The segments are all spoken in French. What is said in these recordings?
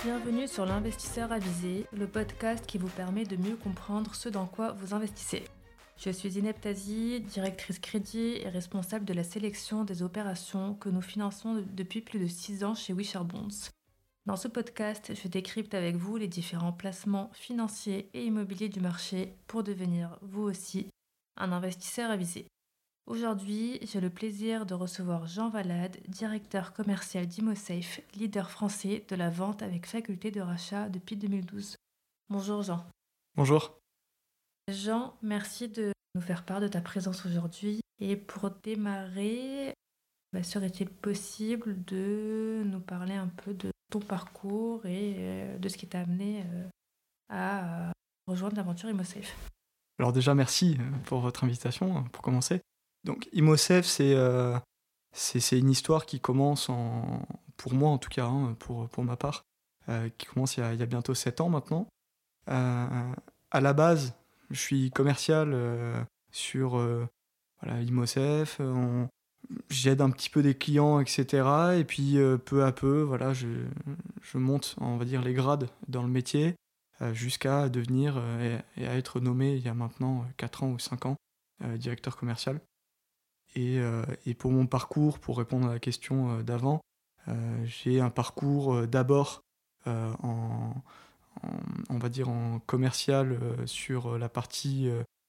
Bienvenue sur l'Investisseur Avisé, le podcast qui vous permet de mieux comprendre ce dans quoi vous investissez. Je suis Zineb Tazi, directrice crédit et responsable de la sélection des opérations que nous finançons depuis plus de 6 ans chez WishArBonds. Dans ce podcast, je décrypte avec vous les différents placements financiers et immobiliers du marché pour devenir, vous aussi, un investisseur avisé. Aujourd'hui, j'ai le plaisir de recevoir Jean Valade, directeur commercial d'Imosafe, leader français de la vente avec faculté de rachat depuis 2012. Bonjour Jean. Bonjour. Jean, merci de nous faire part de ta présence aujourd'hui. Et pour démarrer, serait-il possible de nous parler un peu de ton parcours et de ce qui t'a amené à rejoindre l'aventure Imosafe? Alors déjà, merci pour votre invitation, pour commencer. Donc Imosafe, c'est une histoire qui commence, pour moi en tout cas, pour ma part, qui commence il y a bientôt 7 ans maintenant. À la base, je suis commercial sur Imosafe, j'aide un petit peu des clients, etc. Et puis peu à peu, je monte, on va dire, les grades dans le métier jusqu'à devenir et à être nommé il y a maintenant 4 ans ou 5 ans directeur commercial. Et pour mon parcours, pour répondre à la question d'avant, j'ai un parcours d'abord on va dire en commercial sur la partie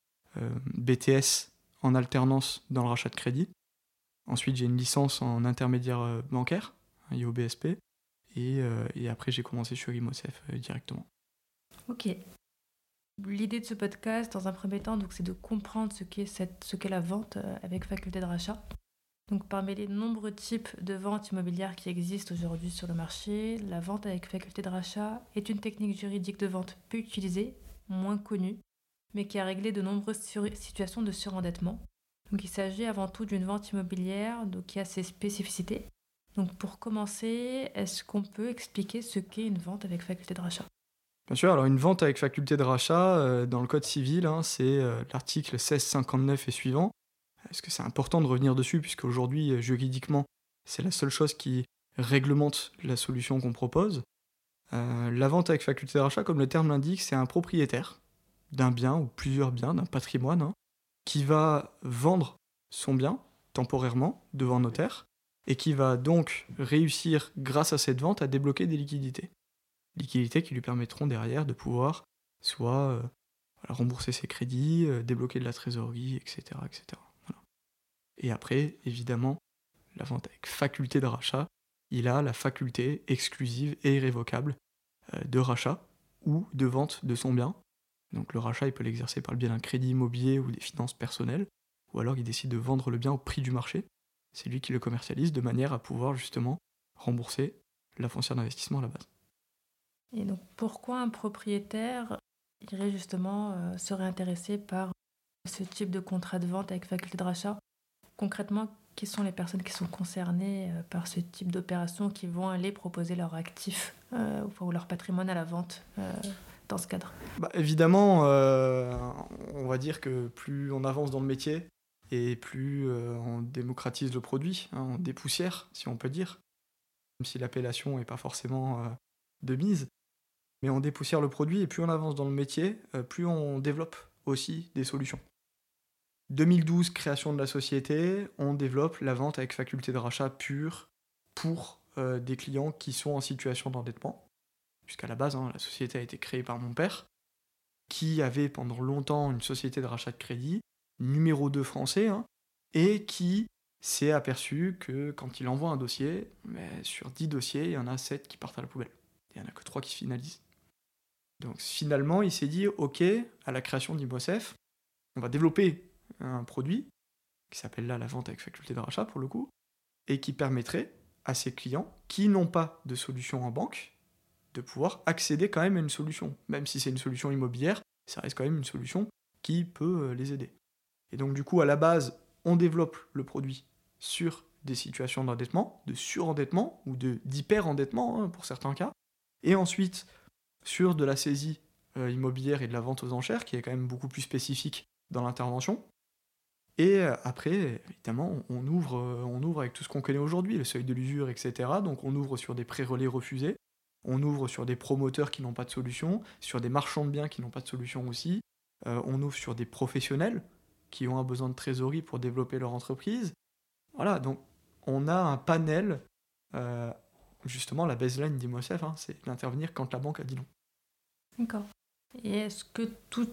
BTS en alternance dans le rachat de crédit. Ensuite, j'ai une licence en intermédiaire bancaire, un IOBSP, et après j'ai commencé sur Imosafe directement. Ok. L'idée de ce podcast, dans un premier temps, donc, c'est de comprendre ce qu'est la vente avec faculté de rachat. Donc, parmi les nombreux types de ventes immobilières qui existent aujourd'hui sur le marché, la vente avec faculté de rachat est une technique juridique de vente peu utilisée, moins connue, mais qui a réglé de nombreuses situations de surendettement. Donc, il s'agit avant tout d'une vente immobilière qui a ses spécificités. Donc, pour commencer, est-ce qu'on peut expliquer ce qu'est une vente avec faculté de rachat ? Bien sûr, alors une vente avec faculté de rachat, dans le code civil, c'est l'article 1659 et suivant. Parce que c'est important de revenir dessus, puisqu'aujourd'hui, juridiquement, c'est la seule chose qui réglemente la solution qu'on propose. La vente avec faculté de rachat, comme le terme l'indique, c'est un propriétaire d'un bien ou plusieurs biens, d'un patrimoine, qui va vendre son bien temporairement devant notaire et qui va donc réussir, grâce à cette vente, à débloquer des liquidités. Liquidités qui lui permettront derrière de pouvoir soit rembourser ses crédits, débloquer de la trésorerie, etc. etc. Voilà. Et après, évidemment, la vente avec faculté de rachat, il a la faculté exclusive et irrévocable de rachat ou de vente de son bien. Donc le rachat, il peut l'exercer par le biais d'un crédit immobilier ou des finances personnelles, ou alors il décide de vendre le bien au prix du marché. C'est lui qui le commercialise de manière à pouvoir justement rembourser la foncière d'investissement à la base. Et donc, pourquoi un propriétaire irait justement serait intéressé par ce type de contrat de vente avec faculté de rachat? Concrètement, qui sont les personnes qui sont concernées par ce type d'opération qui vont aller proposer leur actif ou leur patrimoine à la vente dans ce cadre? Évidemment, on va dire que plus on avance dans le métier et plus on démocratise le produit, on dépoussière, si on peut dire, même si l'appellation n'est pas forcément de mise. Mais on dépoussière le produit et plus on avance dans le métier, plus on développe aussi des solutions. 2012, création de la société, on développe la vente avec faculté de rachat pure pour des clients qui sont en situation d'endettement. Puisqu'à la base, la société a été créée par mon père, qui avait pendant longtemps une société de rachat de crédit, numéro 2 français, et qui s'est aperçu que quand il envoie un dossier, sur 10 dossiers, il y en a 7 qui partent à la poubelle. Il n'y en a que 3 qui se finalisent. Donc finalement, il s'est dit, ok, à la création d'Imosafe, on va développer un produit qui s'appelle là la vente avec faculté de rachat pour le coup, et qui permettrait à ses clients qui n'ont pas de solution en banque de pouvoir accéder quand même à une solution. Même si c'est une solution immobilière, ça reste quand même une solution qui peut les aider. Et donc du coup, à la base, on développe le produit sur des situations d'endettement, de surendettement ou d'hyperendettement pour certains cas, et ensuite sur de la saisie immobilière et de la vente aux enchères, qui est quand même beaucoup plus spécifique dans l'intervention. Et après, évidemment, on ouvre avec tout ce qu'on connaît aujourd'hui, le seuil de l'usure, etc. Donc on ouvre sur des pré-relais refusés, On ouvre sur des promoteurs qui n'ont pas de solution, sur des marchands de biens qui n'ont pas de solution aussi. On ouvre sur des professionnels qui ont un besoin de trésorerie pour développer leur entreprise. Voilà, donc on a un panel. Justement, la baseline d'Imosef, c'est d'intervenir quand la banque a dit non. D'accord. Et est-ce que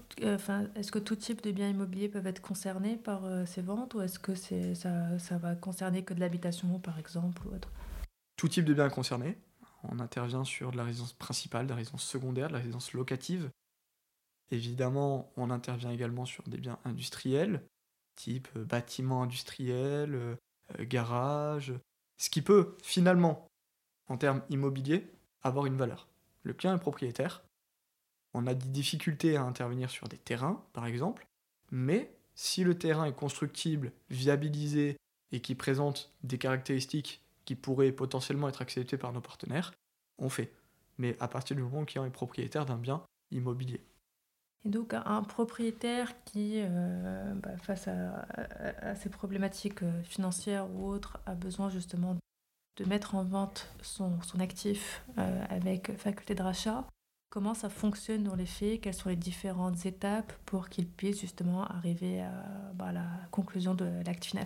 tout type de biens immobiliers peuvent être concernés par ces ventes, ou est-ce que ça va concerner que de l'habitation, par exemple, ou autre? Tout type de biens est concerné. On intervient sur de la résidence principale, de la résidence secondaire, de la résidence locative. Évidemment, on intervient également sur des biens industriels, type bâtiments industriels, garages, ce qui peut finalement, en termes immobiliers, avoir une valeur. Le client est propriétaire, on a des difficultés à intervenir sur des terrains, par exemple, mais si le terrain est constructible, viabilisé et qui présente des caractéristiques qui pourraient potentiellement être acceptées par nos partenaires, on fait. Mais à partir du moment où le client est propriétaire d'un bien immobilier. Et donc, un propriétaire qui, face à ces problématiques financières ou autres, a besoin justement de mettre en vente son actif avec faculté de rachat, comment ça fonctionne dans les faits? Quelles sont les différentes étapes pour qu'il puisse justement arriver à la conclusion de l'acte final?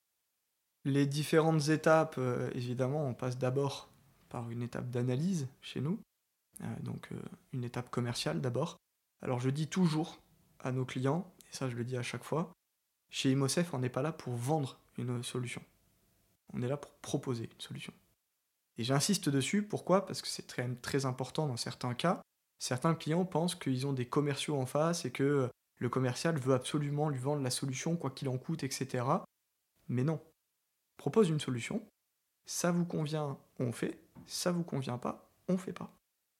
Les différentes étapes, évidemment, on passe d'abord par une étape d'analyse chez nous, donc une étape commerciale d'abord. Alors je dis toujours à nos clients, et ça je le dis à chaque fois, chez Imosef, on n'est pas là pour vendre une solution. On est là pour proposer une solution. Et j'insiste dessus, pourquoi? Parce que c'est très, très important dans certains cas. Certains clients pensent qu'ils ont des commerciaux en face et que le commercial veut absolument lui vendre la solution, quoi qu'il en coûte, etc. Mais non. On propose une solution, ça vous convient, on fait, ça vous convient pas, on fait pas.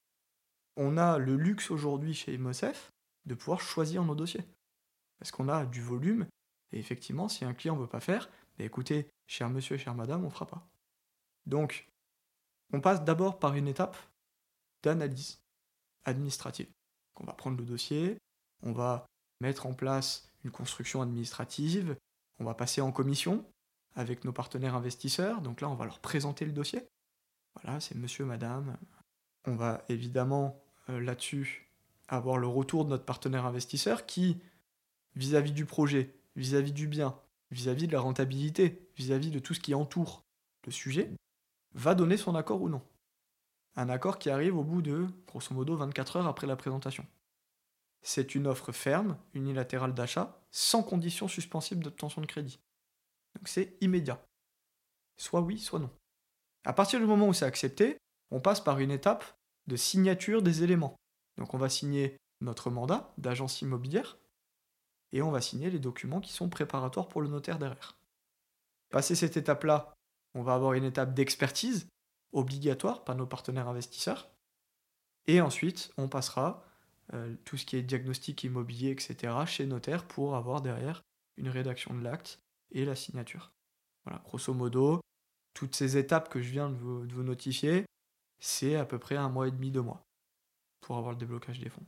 On a le luxe aujourd'hui chez Imosef de pouvoir choisir nos dossiers. Parce qu'on a du volume, et effectivement, si un client ne veut pas faire, écoutez, cher monsieur et chère madame, on ne fera pas. Donc, on passe d'abord par une étape d'analyse administrative. Donc, on va prendre le dossier, on va mettre en place une construction administrative, on va passer en commission avec nos partenaires investisseurs. Donc là, on va leur présenter le dossier. Voilà, c'est monsieur, madame. On va évidemment là-dessus avoir le retour de notre partenaire investisseur qui, vis-à-vis du projet, vis-à-vis du bien, vis-à-vis de la rentabilité, vis-à-vis de tout ce qui entoure le sujet, va donner son accord ou non. Un accord qui arrive au bout de, grosso modo, 24 heures après la présentation. C'est une offre ferme, unilatérale d'achat, sans condition suspensible d'obtention de crédit. Donc c'est immédiat. Soit oui, soit non. À partir du moment où c'est accepté, on passe par une étape de signature des éléments. Donc on va signer notre mandat d'agence immobilière et on va signer les documents qui sont préparatoires pour le notaire derrière. Passé cette étape-là, on va avoir une étape d'expertise obligatoire par nos partenaires investisseurs. Et ensuite, on passera tout ce qui est diagnostic immobilier, etc. chez notaire pour avoir derrière une rédaction de l'acte et la signature. Voilà, grosso modo, toutes ces étapes que je viens de vous notifier, c'est à peu près 1 mois et demi, 2 mois pour avoir le déblocage des fonds.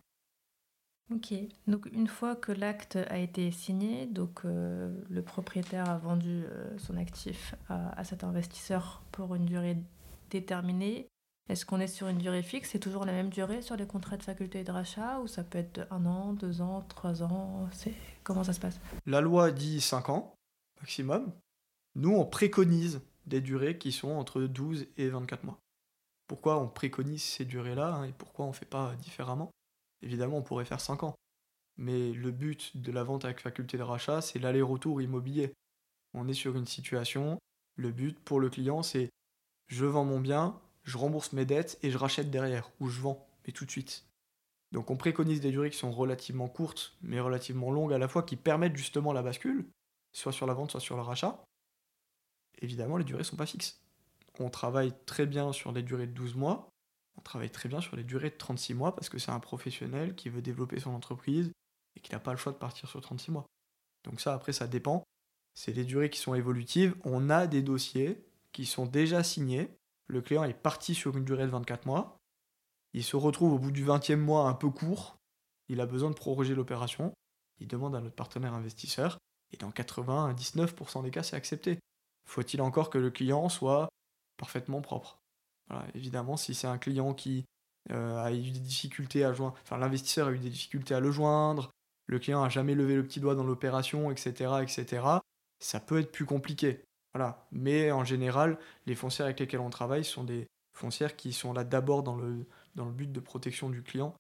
Ok, donc une fois que l'acte a été signé, donc le propriétaire a vendu son actif à cet investisseur pour une durée déterminée, est-ce qu'on est sur une durée fixe? C'est toujours la même durée sur les contrats de faculté de rachat, ou ça peut être 1 an, 2 ans, 3 ans? Comment ça se passe? La loi dit 5 ans maximum. Nous, on préconise des durées qui sont entre 12 et 24 mois. Pourquoi on préconise ces durées-là et pourquoi on ne fait pas différemment? Évidemment, on pourrait faire 5 ans. Mais le but de la vente avec faculté de rachat, c'est l'aller-retour immobilier. On est sur une situation, le but pour le client, c'est je vends mon bien, je rembourse mes dettes et je rachète derrière, ou je vends, mais tout de suite. Donc on préconise des durées qui sont relativement courtes, mais relativement longues à la fois, qui permettent justement la bascule, soit sur la vente, soit sur le rachat. Évidemment, les durées ne sont pas fixes. On travaille très bien sur les durées de 12 mois, on travaille très bien sur les durées de 36 mois, parce que c'est un professionnel qui veut développer son entreprise et qui n'a pas le choix de partir sur 36 mois. Donc ça, après, ça dépend. C'est des durées qui sont évolutives. On a des dossiers qui sont déjà signés. Le client est parti sur une durée de 24 mois. Il se retrouve au bout du 20e mois un peu court. Il a besoin de proroger l'opération. Il demande à notre partenaire investisseur. Et dans 99% des cas, c'est accepté. Faut-il encore que le client soit parfaitement propre. Voilà, évidemment, si c'est un client qui a eu des difficultés à joindre, enfin l'investisseur a eu des difficultés à le joindre, le client a jamais levé le petit doigt dans l'opération, etc., etc., ça peut être plus compliqué. Voilà. Mais en général, les foncières avec lesquelles on travaille sont des foncières qui sont là d'abord dans le but de protection du client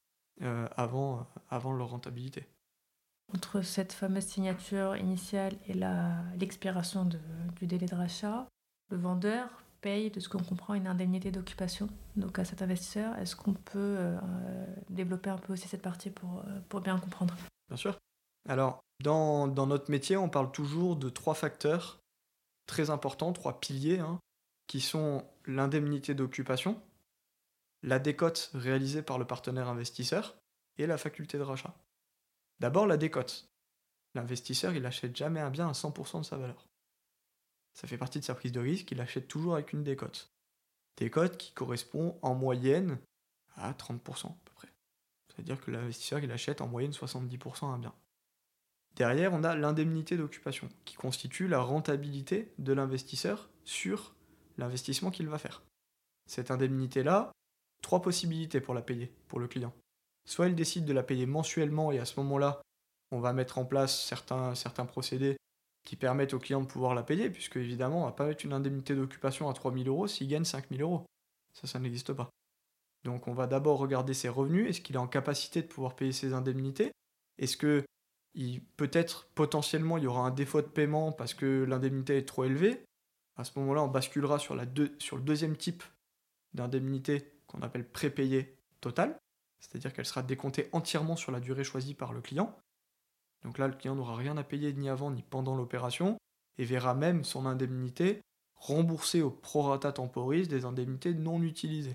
avant leur rentabilité. Entre cette fameuse signature initiale et l'expiration du délai de rachat, le vendeur paye, de ce qu'on comprend, une indemnité d'occupation donc à cet investisseur. Est-ce qu'on peut développer un peu aussi cette partie pour bien comprendre? Bien sûr. Alors, dans notre métier, on parle toujours de 3 facteurs très importants, 3 piliers, hein, qui sont l'indemnité d'occupation, la décote réalisée par le partenaire investisseur et la faculté de rachat. D'abord, la décote. L'investisseur, il n'achète jamais un bien à 100% de sa valeur. Ça fait partie de sa prise de risque, il achète toujours avec une décote. Décote qui correspond en moyenne à 30% à peu près. C'est-à-dire que l'investisseur, il achète en moyenne 70% un bien. Derrière, on a l'indemnité d'occupation, qui constitue la rentabilité de l'investisseur sur l'investissement qu'il va faire. Cette indemnité-là, 3 possibilités pour la payer, pour le client. Soit il décide de la payer mensuellement, et à ce moment-là, on va mettre en place certains procédés qui permettent au client de pouvoir la payer, puisque évidemment, on ne va pas mettre une indemnité d'occupation à 3 000 € s'il gagne 5 000 €. Ça n'existe pas. Donc on va d'abord regarder ses revenus, est-ce qu'il est en capacité de pouvoir payer ses indemnités? Est-ce que peut-être potentiellement il y aura un défaut de paiement parce que l'indemnité est trop élevée? À ce moment-là, on basculera sur le deuxième type d'indemnité qu'on appelle prépayée totale, c'est-à-dire qu'elle sera décomptée entièrement sur la durée choisie par le client. Donc là, le client n'aura rien à payer ni avant ni pendant l'opération et verra même son indemnité remboursée au prorata temporis des indemnités non utilisées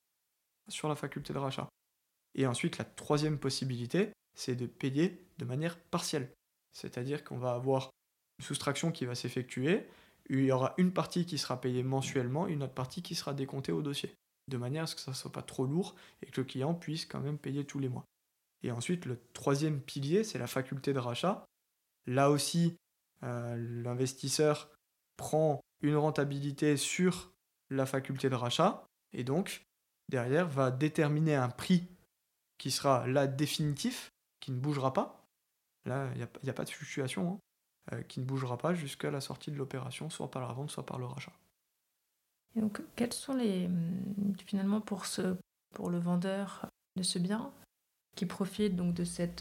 sur la faculté de rachat. Et ensuite, la troisième possibilité, c'est de payer de manière partielle. C'est-à-dire qu'on va avoir une soustraction qui va s'effectuer, il y aura une partie qui sera payée mensuellement, une autre partie qui sera décomptée au dossier, de manière à ce que ça ne soit pas trop lourd et que le client puisse quand même payer tous les mois. Et ensuite, le troisième pilier, c'est la faculté de rachat. Là aussi, l'investisseur prend une rentabilité sur la faculté de rachat et donc, derrière, va déterminer un prix qui sera là définitif, qui ne bougera pas. Là, il n'y a pas de fluctuation, hein, qui ne bougera pas jusqu'à la sortie de l'opération, soit par la vente, soit par le rachat. Et donc, quels sont finalement pour le vendeur de ce bien qui profite donc de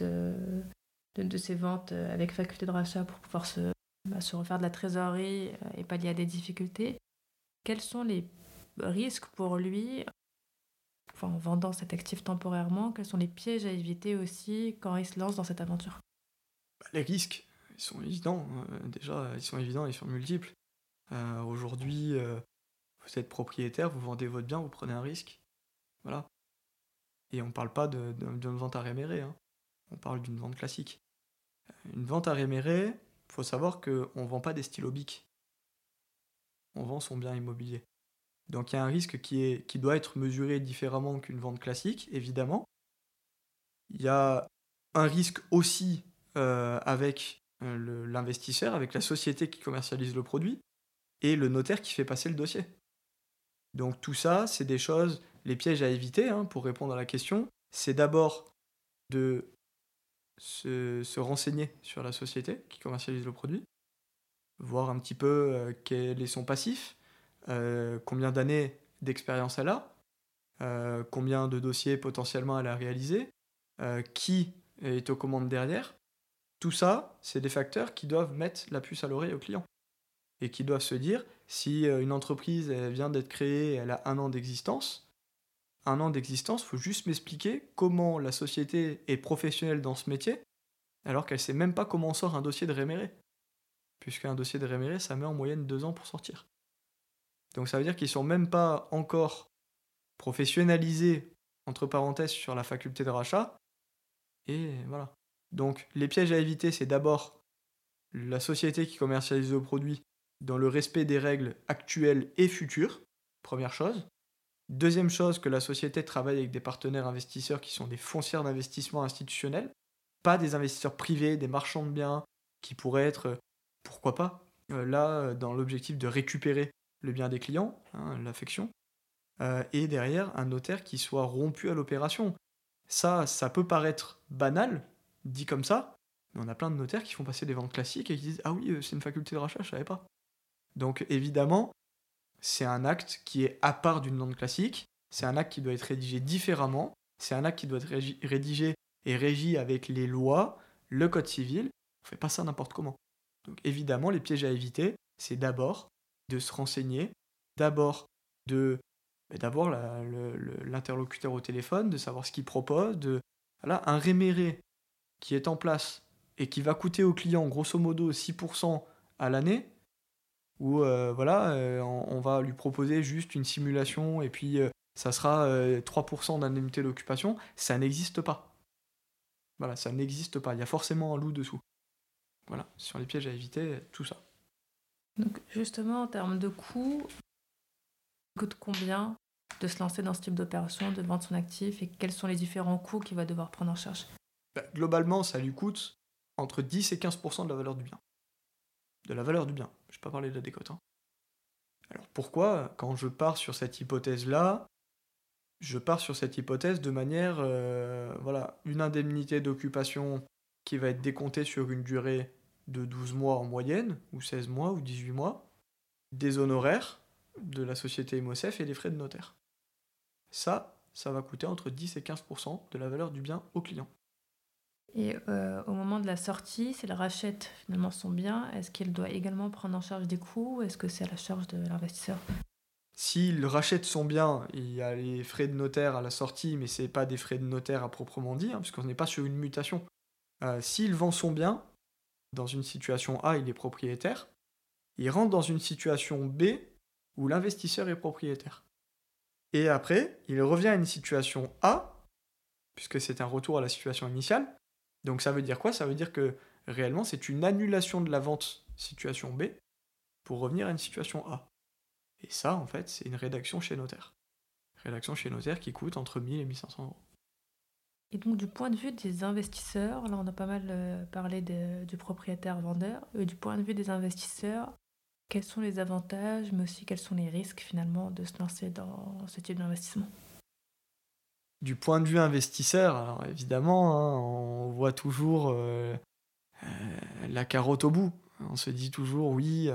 ces ventes avec faculté de rachat pour pouvoir se refaire de la trésorerie et pallier à des difficultés, quels sont les risques pour lui, en vendant cet actif temporairement, quels sont les pièges à éviter aussi quand il se lance dans cette aventure? Les risques, ils sont évidents. Déjà, ils sont évidents, ils sont multiples. Aujourd'hui, vous êtes propriétaire, vous vendez votre bien, vous prenez un risque. Voilà. Et on ne parle pas d'une vente à réméré, hein. On parle d'une vente classique. Une vente à réméré, il faut savoir qu'on ne vend pas des stylos Bic. On vend son bien immobilier. Donc il y a un risque qui doit être mesuré différemment qu'une vente classique, évidemment. Il y a un risque aussi avec l'investisseur, avec la société qui commercialise le produit, et le notaire qui fait passer le dossier. Donc tout ça, c'est des choses, les pièges à éviter, hein, pour répondre à la question, c'est d'abord de se renseigner sur la société qui commercialise le produit, voir un petit peu quel est son passif, combien d'années d'expérience elle a, combien de dossiers potentiellement elle a réalisé, qui est aux commandes derrière. Tout ça, c'est des facteurs qui doivent mettre la puce à l'oreille au client et qui doivent se dire, si une entreprise elle vient d'être créée, elle a 1 an d'existence, il faut juste m'expliquer comment la société est professionnelle dans ce métier, alors qu'elle ne sait même pas comment on sort un dossier de réméré. Puisqu'un dossier de réméré, ça met en moyenne 2 ans pour sortir. Donc ça veut dire qu'ils ne sont même pas encore professionnalisés, entre parenthèses, sur la faculté de rachat. Et voilà. Donc les pièges à éviter, c'est d'abord la société qui commercialise le produit dans le respect des règles actuelles et futures, première chose. Deuxième chose, que la société travaille avec des partenaires investisseurs qui sont des foncières d'investissement institutionnels, pas des investisseurs privés, des marchands de biens, qui pourraient être, pourquoi pas, là, dans l'objectif de récupérer le bien des clients, hein, l'affection. et derrière un notaire qui soit rompu à l'opération. Ça peut paraître banal, dit comme ça, mais on a plein de notaires qui font passer des ventes classiques et qui disent « Ah oui, c'est une faculté de rachat, je savais pas ». Donc évidemment, c'est un acte qui est à part d'une vente classique, c'est un acte qui doit être rédigé différemment, c'est un acte qui doit être rédigé et régi avec les lois, le code civil, on fait pas ça n'importe comment. Donc évidemment, les pièges à éviter, c'est d'abord de se renseigner, d'abord d'avoir l'interlocuteur au téléphone, de savoir ce qu'il propose, voilà, un réméré qui est en place et qui va coûter au client grosso modo 6% à l'année, où on va lui proposer juste une simulation et puis ça sera 3% d'indemnité d'occupation, ça n'existe pas. Voilà, ça n'existe pas, il y a forcément un loup dessous. Voilà, sur les pièges à éviter, tout ça. Donc justement, en termes de coûts, ça coûte combien de se lancer dans ce type d'opération, de vendre son actif, et quels sont les différents coûts qu'il va devoir prendre en charge? Globalement, ça lui coûte entre 10 et 15% de la valeur du bien. De la valeur du bien, je ne vais pas parler de la décote. Alors pourquoi, quand je pars sur cette hypothèse-là, je pars sur cette hypothèse de manière, une indemnité d'occupation qui va être décomptée sur une durée de 12 mois en moyenne, ou 16 mois, ou 18 mois, des honoraires de la société MOSEF et des frais de notaire. Ça va coûter entre 10 et 15% de la valeur du bien au client. Et au moment de la sortie, s'il rachète finalement son bien, est-ce qu'il doit également prendre en charge des coûts ou est-ce que c'est à la charge de l'investisseur? S'il rachète son bien, il y a les frais de notaire à la sortie, mais ce n'est pas des frais de notaire à proprement dit, puisqu'on n'est pas sur une mutation. S'il vend son bien, dans une situation A, il est propriétaire, il rentre dans une situation B où l'investisseur est propriétaire. Et après, il revient à une situation A, puisque c'est un retour à la situation initiale. Donc ça veut dire quoi? Ça veut dire que réellement, c'est une annulation de la vente situation B pour revenir à une situation A. Et ça, en fait, c'est une rédaction chez notaire. Rédaction chez notaire qui coûte entre 1000 et 1500 euros. Et donc du point de vue des investisseurs, là on a pas mal parlé du propriétaire-vendeur, du point de vue des investisseurs, quels sont les avantages, mais aussi quels sont les risques finalement de se lancer dans ce type d'investissement? Du point de vue investisseur, alors évidemment, on voit toujours la carotte au bout. On se dit toujours, oui,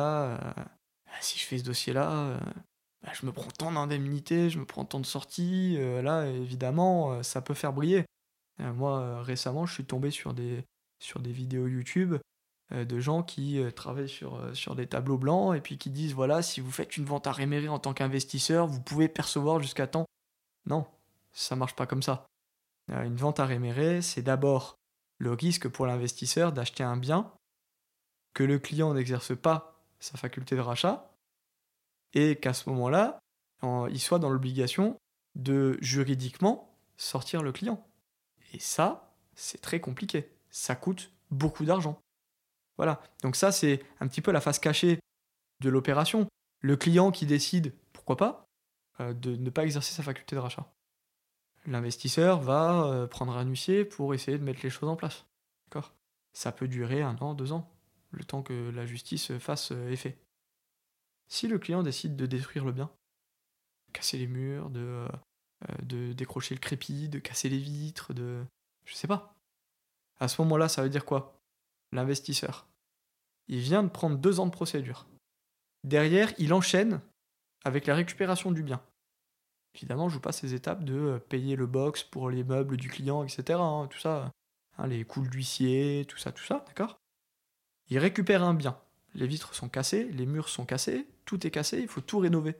si je fais ce dossier-là, je me prends tant d'indemnités, je me prends tant de sorties. Là, évidemment, ça peut faire briller. Moi, récemment, je suis tombé sur des vidéos YouTube de gens qui travaillent sur des tableaux blancs et puis qui disent, voilà, si vous faites une vente à réméré en tant qu'investisseur, vous pouvez percevoir jusqu'à tant. Non, ça marche pas comme ça. Une vente à réméré, c'est d'abord le risque pour l'investisseur d'acheter un bien que le client n'exerce pas sa faculté de rachat et qu'à ce moment-là, il soit dans l'obligation de juridiquement sortir le client. Et ça, c'est très compliqué. Ça coûte beaucoup d'argent. Voilà. Donc ça, c'est un petit peu la face cachée de l'opération. Le client qui décide, pourquoi pas, de ne pas exercer sa faculté de rachat. L'investisseur va prendre un huissier pour essayer de mettre les choses en place. D'accord ? Ça peut durer 1 an, 2 ans, le temps que la justice fasse effet. Si le client décide de détruire le bien, casser les murs, de décrocher le crépi, de casser les vitres, je sais pas. À ce moment-là, ça veut dire quoi? L'investisseur, il vient de prendre 2 ans de procédure. Derrière, il enchaîne avec la récupération du bien. Évidemment, je joue pas ces étapes de payer le box pour les meubles du client, etc. Tout ça, les coûts d'huissier, tout ça, d'accord? Il récupère un bien. Les vitres sont cassées, les murs sont cassés, tout est cassé, il faut tout rénover.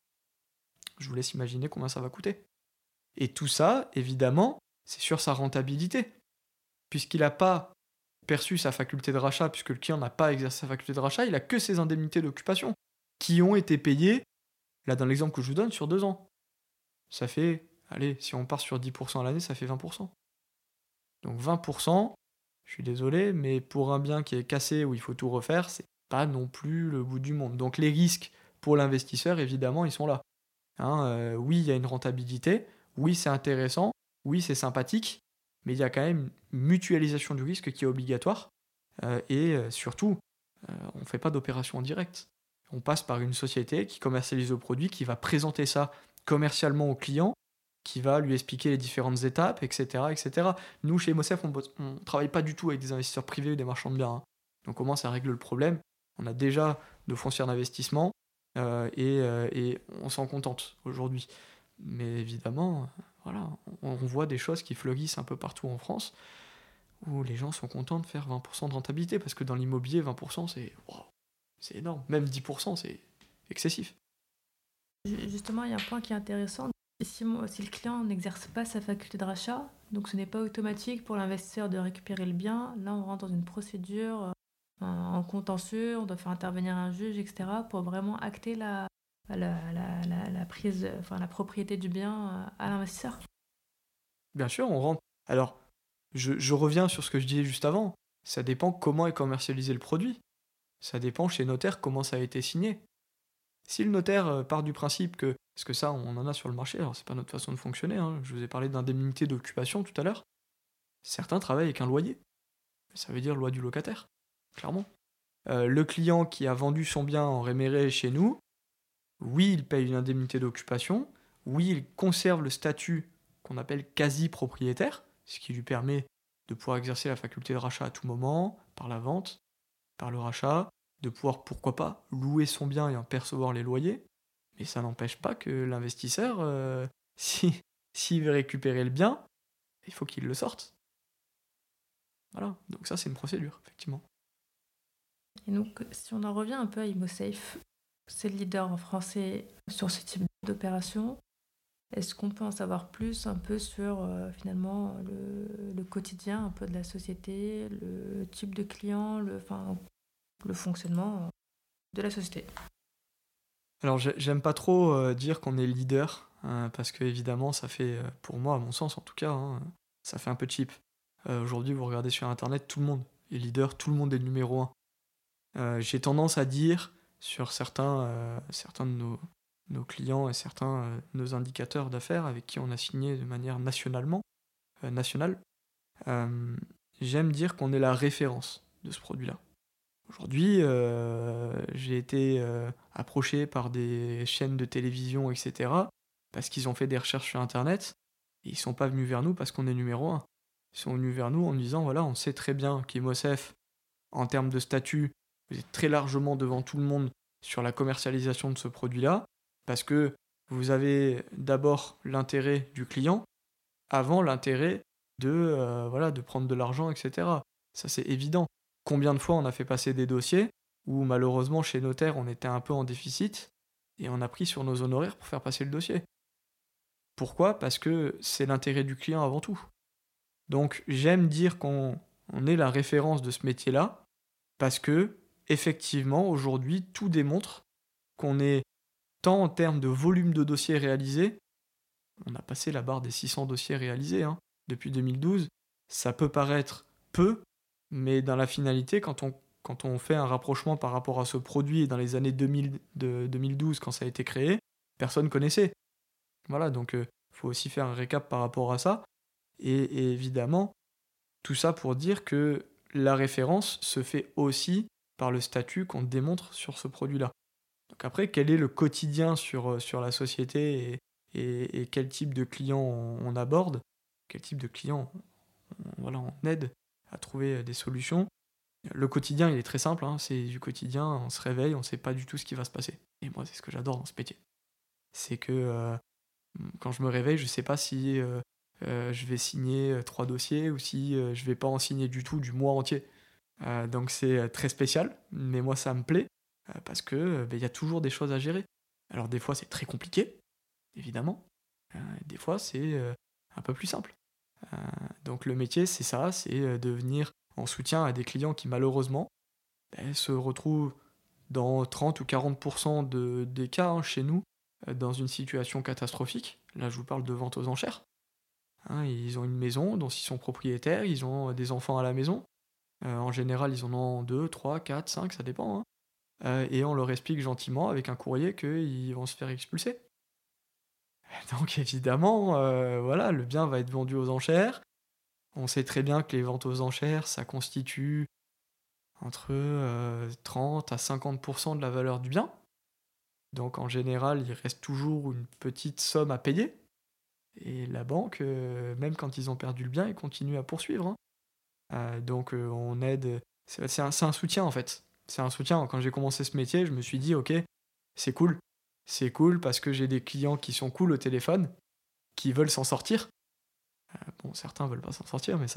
Je vous laisse imaginer combien ça va coûter. Et tout ça, évidemment, c'est sur sa rentabilité. Puisqu'il n'a pas perçu sa faculté de rachat, puisque le client n'a pas exercé sa faculté de rachat, il n'a que ses indemnités d'occupation, qui ont été payées, là dans l'exemple que je vous donne, sur 2 ans. Ça fait, allez, si on part sur 10% à l'année, ça fait 20%. Donc 20%, je suis désolé, mais pour un bien qui est cassé où il faut tout refaire, c'est pas non plus le bout du monde. Donc les risques pour l'investisseur, évidemment, ils sont là. Oui, il y a une rentabilité, oui, c'est intéressant, oui, c'est sympathique, mais il y a quand même une mutualisation du risque qui est obligatoire. Et surtout, on ne fait pas d'opération en direct. On passe par une société qui commercialise le produit, qui va présenter ça commercialement au client, qui va lui expliquer les différentes étapes, etc., etc. Nous, chez Mosef, on ne travaille pas du tout avec des investisseurs privés ou des marchands de biens, hein. Donc au moins, ça règle le problème. On a déjà de foncières d'investissement et on s'en contente aujourd'hui. Mais évidemment, voilà, on voit des choses qui fleurissent un peu partout en France où les gens sont contents de faire 20% de rentabilité parce que dans l'immobilier, 20%, c'est énorme. Même 10%, c'est excessif. Justement, il y a un point qui est intéressant. Si le client n'exerce pas sa faculté de rachat, donc ce n'est pas automatique pour l'investisseur de récupérer le bien, là on rentre dans une procédure en contentieux, on doit faire intervenir un juge, etc. pour vraiment acter la prise, la propriété du bien à l'investisseur. Bien sûr, on rentre. Alors, je reviens sur ce que je disais juste avant. Ça dépend comment est commercialisé le produit. Ça dépend chez notaire comment ça a été signé. Si le notaire part du principe que, parce que ça on en a sur le marché, alors c'est pas notre façon de fonctionner, hein, je vous ai parlé d'indemnité d'occupation tout à l'heure, certains travaillent avec un loyer. Ça veut dire loi du locataire, clairement. Le client qui a vendu son bien en réméré chez nous, oui, il paye une indemnité d'occupation, oui, il conserve le statut qu'on appelle quasi-propriétaire, ce qui lui permet de pouvoir exercer la faculté de rachat à tout moment, par la vente, par le rachat, de pouvoir, pourquoi pas, louer son bien et en percevoir les loyers. Mais ça n'empêche pas que l'investisseur, s'il veut récupérer le bien, il faut qu'il le sorte. Voilà, donc ça c'est une procédure, effectivement. Et donc, si on en revient un peu à ImmoSafe, c'est le leader français sur ce type d'opération. Est-ce qu'on peut en savoir plus un peu sur finalement le quotidien un peu de la société, le type de client, le fonctionnement de la société? Alors j'aime pas trop dire qu'on est leader, parce que évidemment ça fait, pour moi, à mon sens en tout cas, hein, ça fait un peu cheap. Aujourd'hui vous regardez sur internet, tout le monde est leader, tout le monde est numéro un. J'ai tendance à dire sur certains de nos clients et certains nos indicateurs d'affaires avec qui on a signé de manière nationale, j'aime dire qu'on est la référence de ce produit-là. Aujourd'hui, j'ai été approché par des chaînes de télévision, etc., parce qu'ils ont fait des recherches sur Internet, et ils ne sont pas venus vers nous parce qu'on est numéro un. Ils sont venus vers nous en disant, voilà, on sait très bien qu'Imosef, en termes de statut, vous êtes très largement devant tout le monde sur la commercialisation de ce produit-là, parce que vous avez d'abord l'intérêt du client avant l'intérêt de prendre de l'argent, etc. Ça, c'est évident. Combien de fois on a fait passer des dossiers où malheureusement chez notaire on était un peu en déficit et on a pris sur nos honoraires pour faire passer le dossier. Pourquoi ? Parce que c'est l'intérêt du client avant tout. Donc j'aime dire qu'on est la référence de ce métier-là parce que effectivement aujourd'hui tout démontre qu'on est tant en termes de volume de dossiers réalisés, on a passé la barre des 600 dossiers réalisés depuis 2012. Ça peut paraître peu, mais dans la finalité, quand on fait un rapprochement par rapport à ce produit dans les années 2012, quand ça a été créé, personne ne connaissait. Voilà, donc faut aussi faire un récap par rapport à ça. Et évidemment, tout ça pour dire que la référence se fait aussi par le statut qu'on démontre sur ce produit-là. Donc après, quel est le quotidien sur la société et quel type de client on aborde, quel type de client on aide à trouver des solutions. Le quotidien, il est très simple, c'est du quotidien, on se réveille, on ne sait pas du tout ce qui va se passer. Et moi, c'est ce que j'adore dans ce métier. C'est que quand je me réveille, je ne sais pas si je vais signer 3 dossiers ou si je ne vais pas en signer du tout du mois entier. Donc c'est très spécial, mais moi ça me plaît, parce que y a toujours des choses à gérer. Alors des fois c'est très compliqué, évidemment. Des fois c'est un peu plus simple. Donc le métier c'est ça, c'est de venir en soutien à des clients qui malheureusement se retrouvent dans 30 ou 40% des cas chez nous dans une situation catastrophique. Là je vous parle de vente aux enchères. Ils ont une maison dont ils sont propriétaires, ils ont des enfants à la maison. En général ils en ont 2, 3, 4, 5, ça dépend. Et on leur explique gentiment avec un courrier qu'ils vont se faire expulser. Donc évidemment, le bien va être vendu aux enchères. On sait très bien que les ventes aux enchères, ça constitue entre 30 à 50% de la valeur du bien. Donc en général, il reste toujours une petite somme à payer. Et la banque, même quand ils ont perdu le bien, ils continuent à poursuivre, hein. Donc on aide. C'est un soutien en fait. C'est un soutien. Quand j'ai commencé ce métier, je me suis dit, ok, c'est cool. C'est cool parce que j'ai des clients qui sont cool au téléphone, qui veulent s'en sortir. Bon, certains veulent pas s'en sortir, mais ça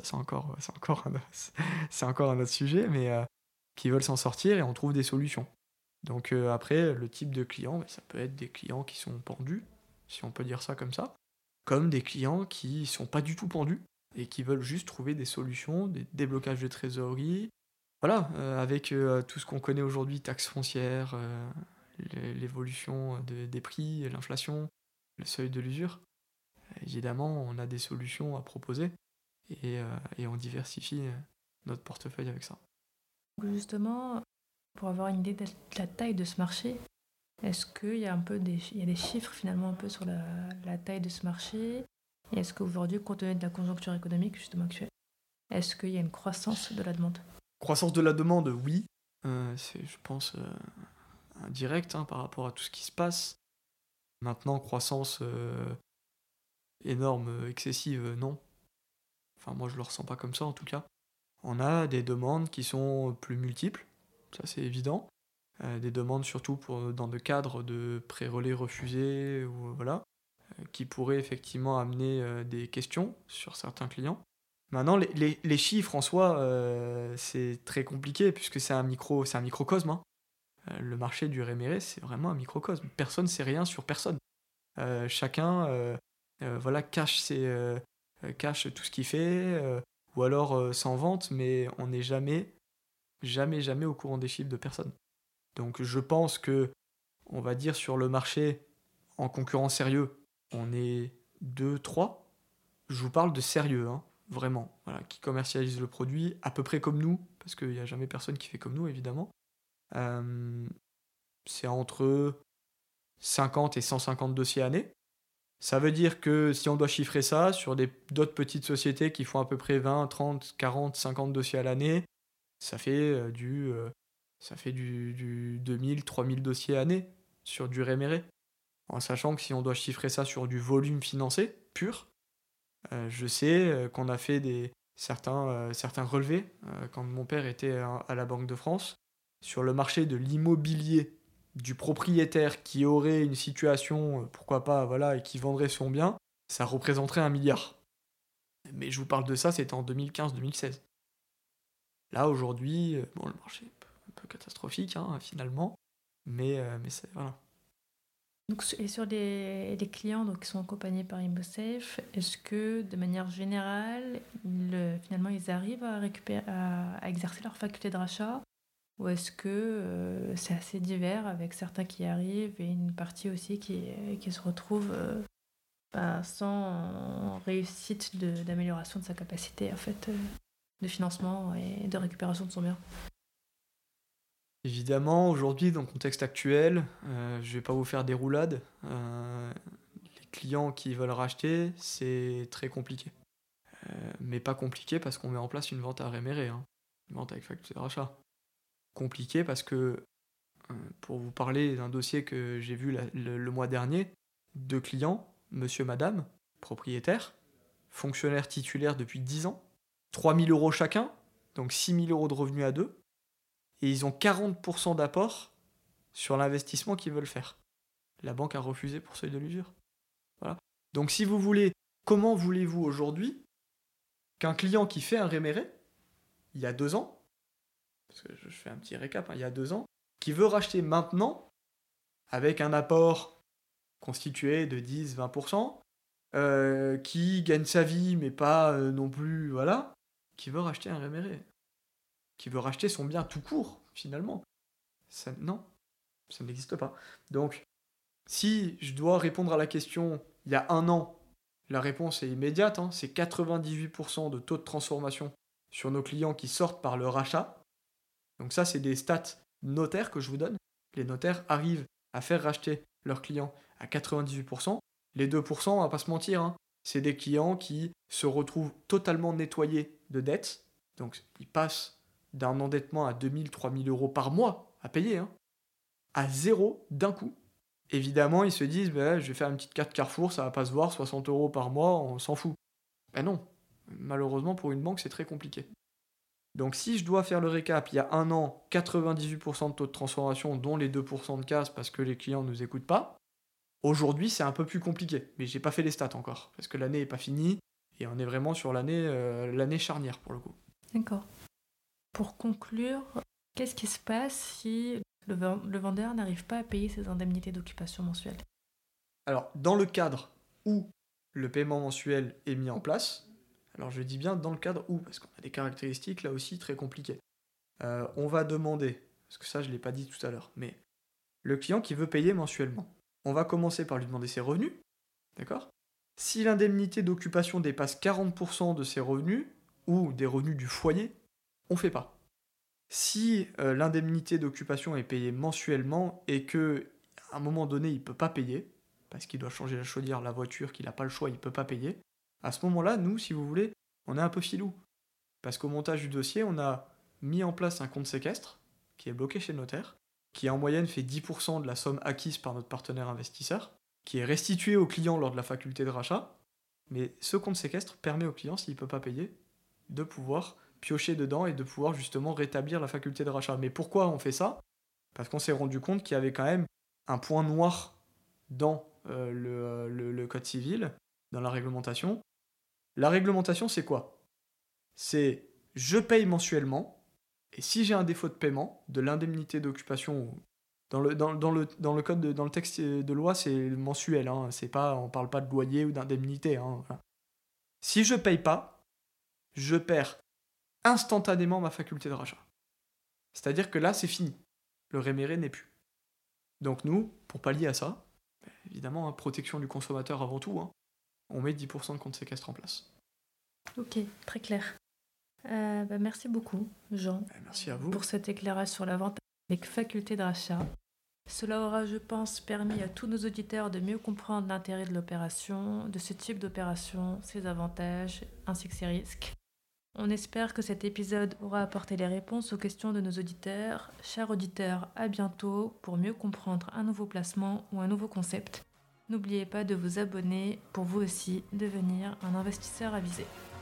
c'est encore un autre sujet, mais qui veulent s'en sortir et on trouve des solutions. Donc après, le type de client, ça peut être des clients qui sont pendus, si on peut dire ça comme ça, comme des clients qui sont pas du tout pendus et qui veulent juste trouver des solutions, des déblocages de trésorerie. Voilà, avec tout ce qu'on connaît aujourd'hui, taxes foncières, l'évolution des prix, l'inflation, le seuil de l'usure. Évidemment, on a des solutions à proposer et on diversifie notre portefeuille avec ça. Justement, pour avoir une idée de la taille de ce marché, est-ce qu'il y a il y a des chiffres finalement un peu sur la taille de ce marché? Et est-ce qu'aujourd'hui, compte tenu de la conjoncture économique justement actuelle, est-ce qu'il y a une croissance de la demande? Croissance de la demande, oui. C'est, je pense, indirect par rapport à tout ce qui se passe. Maintenant, croissance énorme, excessive, non. Enfin, moi, je le ressens pas comme ça, en tout cas. On a des demandes qui sont plus multiples, ça c'est évident. Des demandes surtout dans le cadre de pré-relais refusés, ou, voilà, qui pourraient effectivement amener des questions sur certains clients. Maintenant, les chiffres en soi, c'est très compliqué puisque c'est un microcosme, hein. Le marché du réméré, c'est vraiment un microcosme. Personne ne sait rien sur personne. Chacun voilà, cache tout ce qu'il fait, ou alors s'en vante, mais on n'est jamais, jamais, jamais au courant des chiffres de personne. Donc je pense que, on va dire sur le marché, en concurrent sérieux, on est 2, 3. Je vous parle de sérieux, hein, vraiment, voilà, qui commercialise le produit à peu près comme nous, parce qu'il n'y a jamais personne qui fait comme nous, évidemment. C'est entre 50 et 150 dossiers année. Ça veut dire que si on doit chiffrer ça sur d'autres petites sociétés qui font à peu près 20, 30, 40, 50 dossiers à l'année, ça fait du 2000, 3000 dossiers à l'année sur du réméré. En sachant que si on doit chiffrer ça sur du volume financé pur, je sais qu'on a fait certains relevés quand mon père était à la Banque de France sur le marché de l'immobilier du propriétaire qui aurait une situation, pourquoi pas, voilà, et qui vendrait son bien, ça représenterait 1 milliard. Mais je vous parle de ça, c'était en 2015-2016. Là, aujourd'hui, bon, le marché est un peu catastrophique, hein, finalement, mais c'est, voilà. Donc, et sur les clients donc, qui sont accompagnés par ImmoSafe, est-ce que de manière générale, finalement, ils arrivent à exercer leur faculté de rachat? Ou est-ce que c'est assez divers avec certains qui arrivent et une partie aussi qui se retrouve sans réussite d'amélioration de sa capacité en fait, de financement et de récupération de son bien? Évidemment, aujourd'hui, dans le contexte actuel, je vais pas vous faire des roulades. Les clients qui veulent racheter, c'est très compliqué. Mais pas compliqué parce qu'on met en place une vente à réméré, hein. Une vente avec faculté de rachat. Compliqué parce que, pour vous parler d'un dossier que j'ai vu le mois dernier, 2 clients, monsieur, madame, propriétaire, fonctionnaire titulaire depuis 10 ans, 3 000 € chacun, donc 6 000 € de revenus à deux, et ils ont 40% d'apport sur l'investissement qu'ils veulent faire. La banque a refusé pour seuil de l'usure. Voilà. Donc si vous voulez, comment voulez-vous aujourd'hui qu'un client qui fait un réméré, il y a 2 ans, parce que je fais un petit récap, il y a 2 ans, qui veut racheter maintenant, avec un apport constitué de 10-20%, qui gagne sa vie, mais pas non plus, voilà, qui veut racheter un réméré, qui veut racheter son bien tout court, finalement. Non, ça n'existe pas. Donc, si je dois répondre à la question, il y a 1 an, la réponse est immédiate, hein, c'est 98% de taux de transformation sur nos clients qui sortent par le rachat. Donc ça, c'est des stats notaires que je vous donne. Les notaires arrivent à faire racheter leurs clients à 98%. Les 2%, on va pas se mentir, hein, c'est des clients qui se retrouvent totalement nettoyés de dettes. Donc ils passent d'un endettement à 2 000, 3 000 € par mois à payer, hein, à zéro d'un coup. Évidemment, ils se disent, bah, je vais faire une petite carte Carrefour, ça va pas se voir, 60 € par mois, on s'en fout. Ben non, malheureusement pour une banque, c'est très compliqué. Donc si je dois faire le récap, il y a un an, 98% de taux de transformation, dont les 2% de casse parce que les clients ne nous écoutent pas. Aujourd'hui, c'est un peu plus compliqué, mais j'ai pas fait les stats encore, parce que l'année n'est pas finie, et on est vraiment sur l'année charnière pour le coup. D'accord. Pour conclure, qu'est-ce qui se passe si le vendeur n'arrive pas à payer ses indemnités d'occupation mensuelles? Alors, dans le cadre où le paiement mensuel est mis en place, alors je dis bien dans le cadre où, parce qu'on a des caractéristiques là aussi très compliquées. On va demander, parce que ça je ne l'ai pas dit tout à l'heure, mais le client qui veut payer mensuellement, on va commencer par lui demander ses revenus, d'accord? Si l'indemnité d'occupation dépasse 40% de ses revenus, ou des revenus du foyer, on ne fait pas. Si l'indemnité d'occupation est payée mensuellement et qu'à un moment donné il ne peut pas payer, parce qu'il doit changer la chaudière, la voiture, qu'il n'a pas le choix, il ne peut pas payer, à ce moment-là, nous, si vous voulez, on est un peu filou. Parce qu'au montage du dossier, on a mis en place un compte séquestre, qui est bloqué chez le notaire, qui en moyenne fait 10% de la somme acquise par notre partenaire investisseur, qui est restitué au client lors de la faculté de rachat, mais ce compte séquestre permet au client, s'il ne peut pas payer, de pouvoir piocher dedans et de pouvoir justement rétablir la faculté de rachat. Mais pourquoi on fait ça? Parce qu'on s'est rendu compte qu'il y avait quand même un point noir dans le code civil, dans la réglementation. La réglementation, c'est quoi? C'est je paye mensuellement, et si j'ai un défaut de paiement, de l'indemnité d'occupation, dans le code, dans le texte de loi, c'est mensuel, hein, c'est pas, on parle pas de loyer ou d'indemnité. Hein, voilà. Si je paye pas, je perds instantanément ma faculté de rachat. C'est-à-dire que là, c'est fini. Le réméré n'est plus. Donc nous, pour pallier à ça, évidemment, hein, protection du consommateur avant tout, hein, on met 10% de compte séquestre en place. Ok, très clair. Merci beaucoup, Jean. Merci à vous. Pour cet éclairage sur la vente avec faculté de rachat. Cela aura, je pense, permis à tous nos auditeurs de mieux comprendre l'intérêt de l'opération, de ce type d'opération, ses avantages ainsi que ses risques. On espère que cet épisode aura apporté les réponses aux questions de nos auditeurs. Chers auditeurs, à bientôt pour mieux comprendre un nouveau placement ou un nouveau concept. N'oubliez pas de vous abonner pour vous aussi devenir un investisseur avisé.